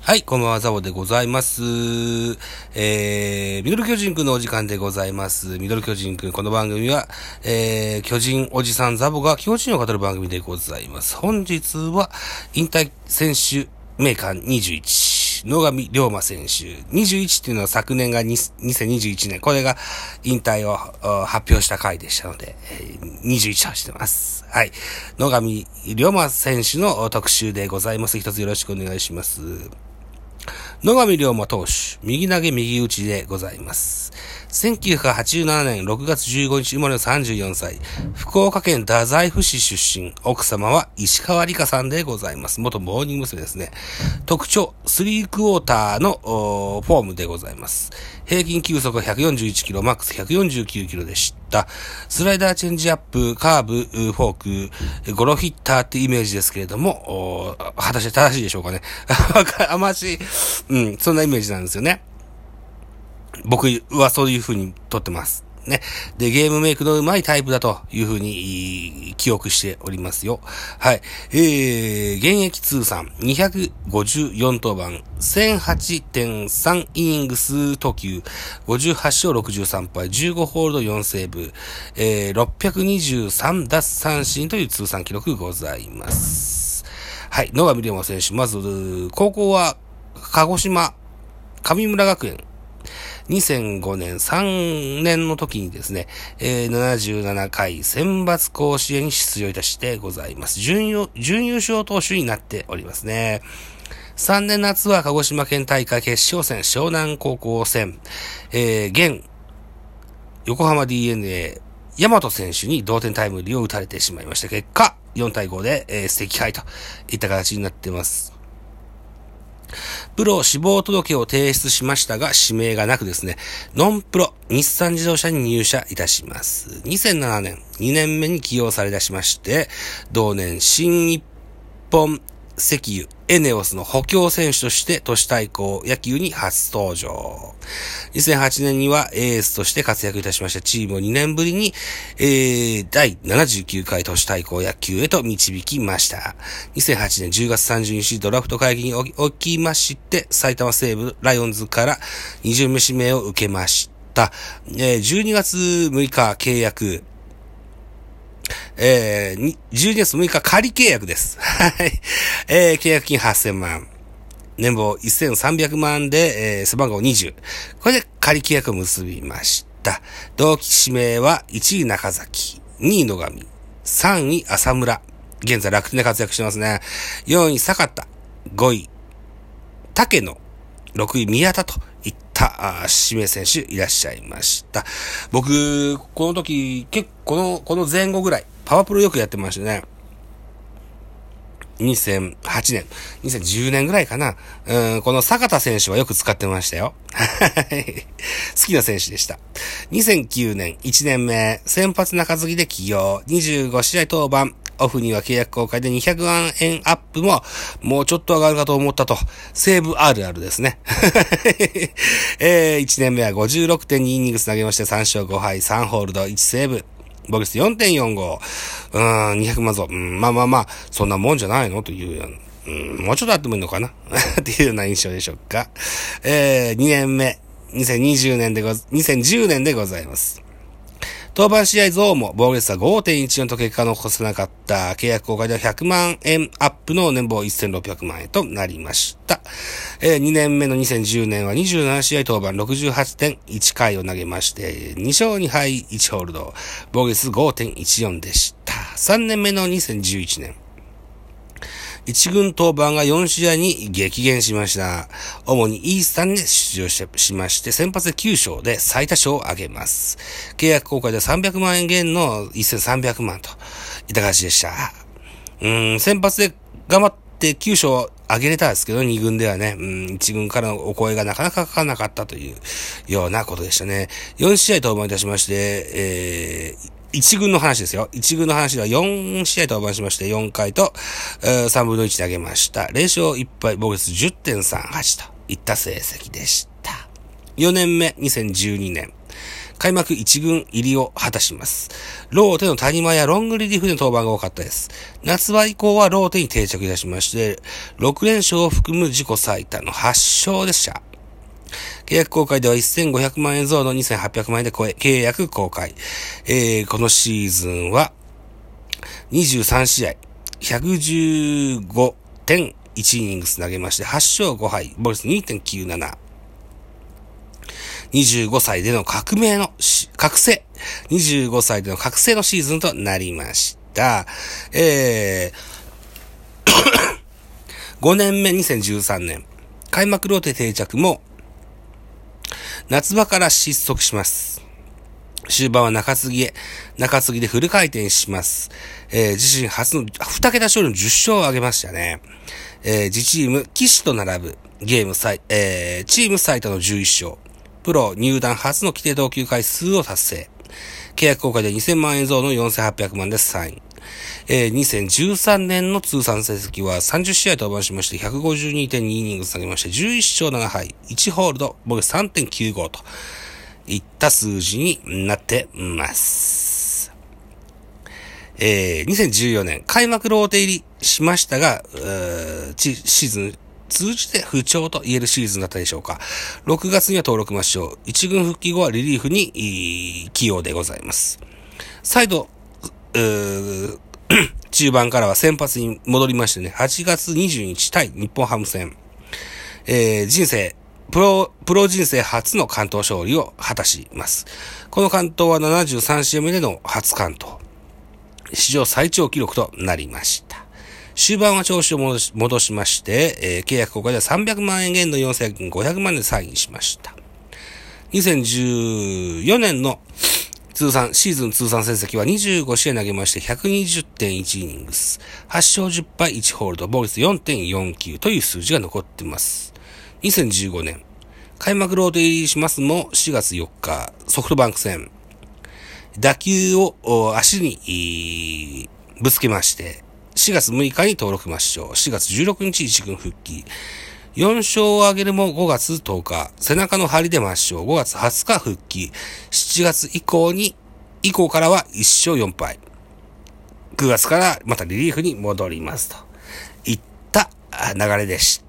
はい、こんばんは、ザボでございます。ミドル巨人くんのお時間でございます。ミドル巨人くん、この番組は、巨人おじさんザボが巨人を語る番組でございます。本日は、引退選手名鑑21、野上龍馬選手。21っていうのは昨年が2021年。これが引退を発表した回でしたので、21をしてます。はい。野上龍馬選手の特集でございます。一つよろしくお願いします。野上龍馬投手、右投げ右打ちでございます。1987年6月15日生まれの34歳。福岡県太宰府市出身。奥様は石川里香さんでございます。元モーニング娘。ですね。特徴、3クォーターのフォームでございます。平均球速141キロ、マックス149キロでした。スライダー、チェンジアップ、カーブ、フォーク、ゴロヒッターってイメージですけれども、果たして正しいでしょうかね。あまし、そんなイメージなんですよね。僕はそういう風に撮ってます。ね。で、ゲームメイクの上手いタイプだという風に記憶しておりますよ。はい。現役通算254登板、1008.3 イニングス投球、58勝63敗、15ホールド4セーブ、623奪三振という通算記録ございます。はい。野上龍馬選手、まず、高校は、鹿児島、神村学園、2005年、3年の時にですね、77回選抜甲子園に出場いたしてございます。準優勝投手になっておりますね。3年夏は鹿児島県大会決勝戦、湘南高校戦、現、横浜 DNA、大和選手に同点タイムリーを打たれてしまいました。結果、4対5で、惜敗といった形になっています。プロ志望届を提出しましたが、指名がなくですね、ノンプロ、日産自動車に入社いたします。2007年、2年目に起用され出しまして、同年、新日本石油、エネオスの補強選手として都市対抗野球に初登場。2008年にはエースとして活躍いたしましたチームを2年ぶりに、第79回都市対抗野球へと導きました。2008年10月30日ドラフト会議におきまして、埼玉西武ライオンズから2巡目指名を受けました。12月6日契約、12月6日仮契約です。はい。契約金8000万。年俸1300万で、背番号20。これで仮契約を結びました。同期指名は1位中崎、2位野上、3位浅村。現在楽天で活躍してますね。4位坂田、5位竹野、6位宮田といった指名選手いらっしゃいました。僕、この時、結構この前後ぐらい、パワープロよくやってましたね。2008年、2010年ぐらいかな。この坂田選手はよく使ってましたよ。好きな選手でした。2009年、1年目、先発中継ぎで起用、25試合登板、オフには契約更改で200万円アップも、もうちょっと上がるかと思ったと、西武あるあるですね。1年目は 56.2 イニングス投げまして3勝5敗、3ホールド、1セーブ。防御率 4.45。200万増。まあ、そんなもんじゃないのというような。もうちょっとあってもいいのかなっていうような印象でしょうか。2年目、2010年でございます。登板試合増も防御率は 5.14 と結果の残せなかった契約更改では100万円アップの年俸1600万円となりました。2年目の2010年は27試合登板 68.1 回を投げまして、2勝2敗1ホールド、防御率 5.14 でした。3年目の2011年。一軍登板が4試合に激減しました。主にイースタンで出場しまして、先発で9勝で最多勝を挙げます。契約更改で300万円減の1300万といった形でした。先発で頑張って9勝を挙げれたんですけど、2軍ではね、1軍からのお声がなかなかかからなかったというようなことでしたね。4試合登板いたしまして、一軍の話ですよ。一軍の話では4試合登板しまして4回と、3分の1で上げました。0勝1敗、防御率 10.38 といった成績でした。4年目、2012年。 開幕1軍入りを果たします。ローテの谷間やロングリリーフでの登板が多かったです。夏場以降はローテに定着いたしまして、6連勝を含む自己最多の8勝でした。契約更改では1500万円増の2800万円で契約更改。このシーズンは23試合、115.1イニングス投げまして、8勝5敗、防御率 2.97。25歳での覚醒のシーズンとなりました。5年目2013年、開幕ローテ定着も、夏場から失速します。終盤は中継ぎでフル回転します。自身初の2桁勝利の10勝を挙げましたね。自チーム、騎士と並ぶチーム最多の11勝。プロ入団初の規定投球回数を達成。契約更改で2000万円増の4800万でサイン。2013年の通算成績は30試合登板しまして 152.2 イニング投げまして11勝7敗、1ホールド、防御 3.95 といった数字になっています。2014年開幕ローテ入りしましたが、シーズン通じて不調と言えるシーズンだったでしょうか。6月には登録抹消。1軍復帰後はリリーフに起用でございます。再度、中盤からは先発に戻りましてね、8月20日対日本ハム戦。プロ人生初の完投勝利を果たします。この完投は73試合目での初完投。史上最長記録となりました。終盤は調子を戻しまして、契約更改では300万円減の4500万円でサインしました。2014年のシーズン通算成績は25試合投げまして 120.1 イニングス。8勝10敗1ホールド、防御率 4.49 という数字が残っています。2015年、開幕ローテ入りしますも4月4日、ソフトバンク戦、打球を足にぶつけまして、4月6日に登録抹消、4月16日一軍復帰、4勝を挙げるも5月10日、背中の張りで抹消、5月20日復帰、7月以降からは1勝4敗、9月からまたリリーフに戻りますといった流れでした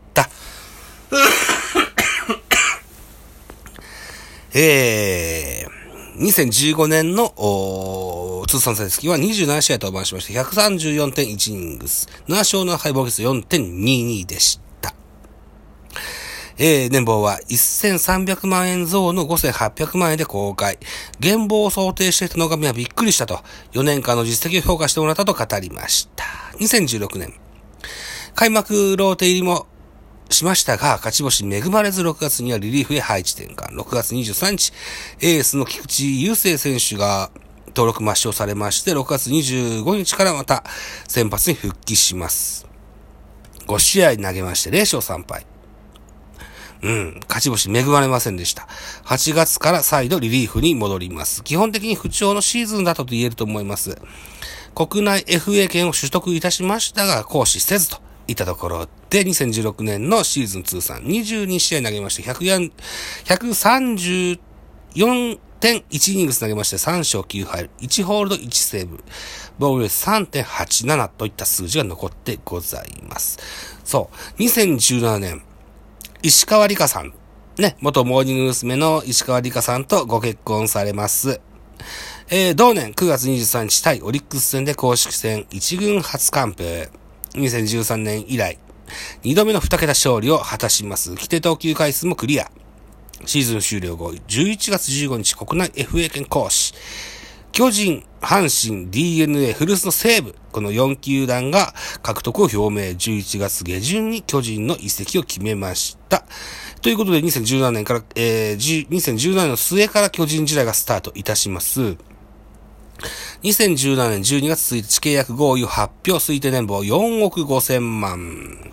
。2015年の通算成績は27試合登板しまして 134.1 イニングス、7勝の敗、防御率 4.22 でした。年俸は1300万円増の5800万円で公開。現俸を想定していた野上はびっくりしたと、4年間の実績を評価してもらったと語りました。2016年、開幕ローテ入りもしましたが、勝ち星恵まれず6月にはリリーフへ配置転換。6月23日、エースの菊池雄星選手が登録抹消されまして、6月25日からまた先発に復帰します。5試合投げまして0勝3敗。勝ち星恵まれませんでした。8月から再度リリーフに戻ります。基本的に不調のシーズンだったと言えると思います。国内 FA 権を取得いたしましたが、行使せずといったところで、2016年のシーズン通算22試合投げまして、134.1 イニングス投げまして、3勝9敗、1ホールド1セーブ、防御率 3.87 といった数字が残ってございます。そう、2017年、石川理香さん、ね、元モーニング娘。の石川理香さんとご結婚されます。同年9月23日対オリックス戦で公式戦1軍初完封。2013年以来、2度目の2桁勝利を果たします。規定投球回数もクリア。シーズン終了後、11月15日国内 FA 権行使。巨人、阪神、DNA、古巣の西武、この4球団が獲得を表明。11月下旬に巨人の移籍を決めました。ということで2017年から、2017年の末から巨人時代がスタートいたします。2017年12月1日契約合意を発表、推定年俸4億5千万。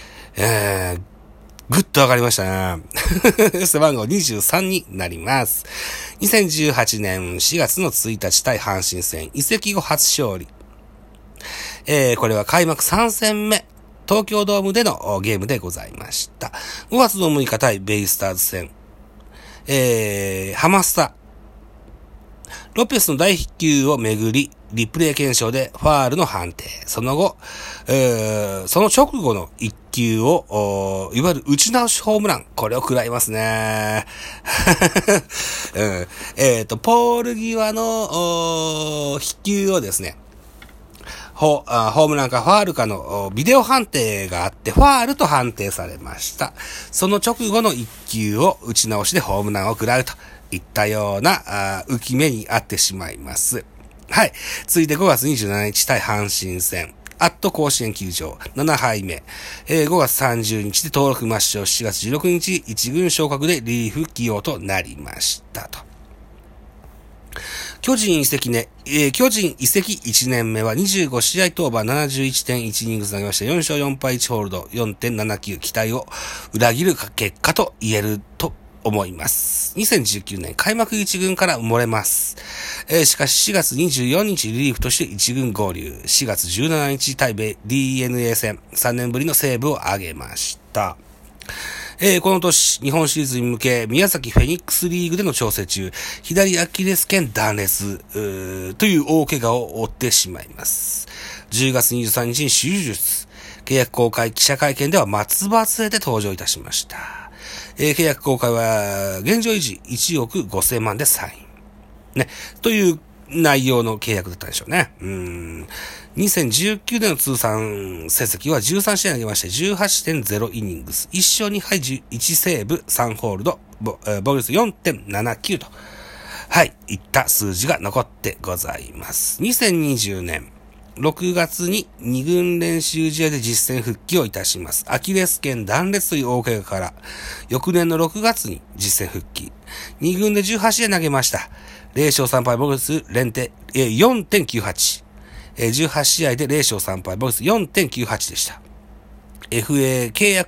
ぐっと上がりましたね。背番号23になります。2018年4月の1日対阪神戦、移籍後初勝利。これは開幕3戦目、東京ドームでのゲームでございました。5月の6日対ベイスターズ戦、ハマスタロペスの大飛球をめぐり、リプレイ検証でファールの判定。その後、その直後の一球を、いわゆる打ち直しホームラン。これを食らいますね。ポール際の飛球をですね、ホームランかファールかのビデオ判定があって、ファールと判定されました。その直後の一球を打ち直しでホームランを食らうといったような浮き目にあってしまいます。はい。続いて5月27日対阪神戦。甲子園球場7敗目。5月30日で登録抹消、7月16日一軍昇格でリリーフ起用となりましたと。巨人移籍1年目は25試合登板 71.1 イニングス投げました。4勝4敗1ホールド 4.79 期待を裏切る結果と言えると思います。2019年開幕1軍から埋もれます。しかし4月24日リリーフとして1軍合流。4月17日対米 DNA 戦3年ぶりのセーブを挙げました。この年、日本シリーズに向け、宮崎フェニックスリーグでの調整中、左アキレス腱断裂、という大怪我を負ってしまいます。10月23日に手術。契約更改記者会見では松葉杖で登場いたしました。契約更改は、現状維持1億5000万でサイン。ね。という内容の契約だったでしょうね。2019年の通算成績は13試合投げまして 18.0 イニングス。1勝2敗1セーブ3ホールド。防御率 4.79 と。はい。いった数字が残ってございます。2020年6月に2軍練習試合で実戦復帰をいたします。アキレス腱断裂という大怪我から、翌年の6月に実戦復帰。2軍で18試合投げました。0勝3敗防御率 4.98。18試合で0勝3敗防御率 4.98 でした。FA 契約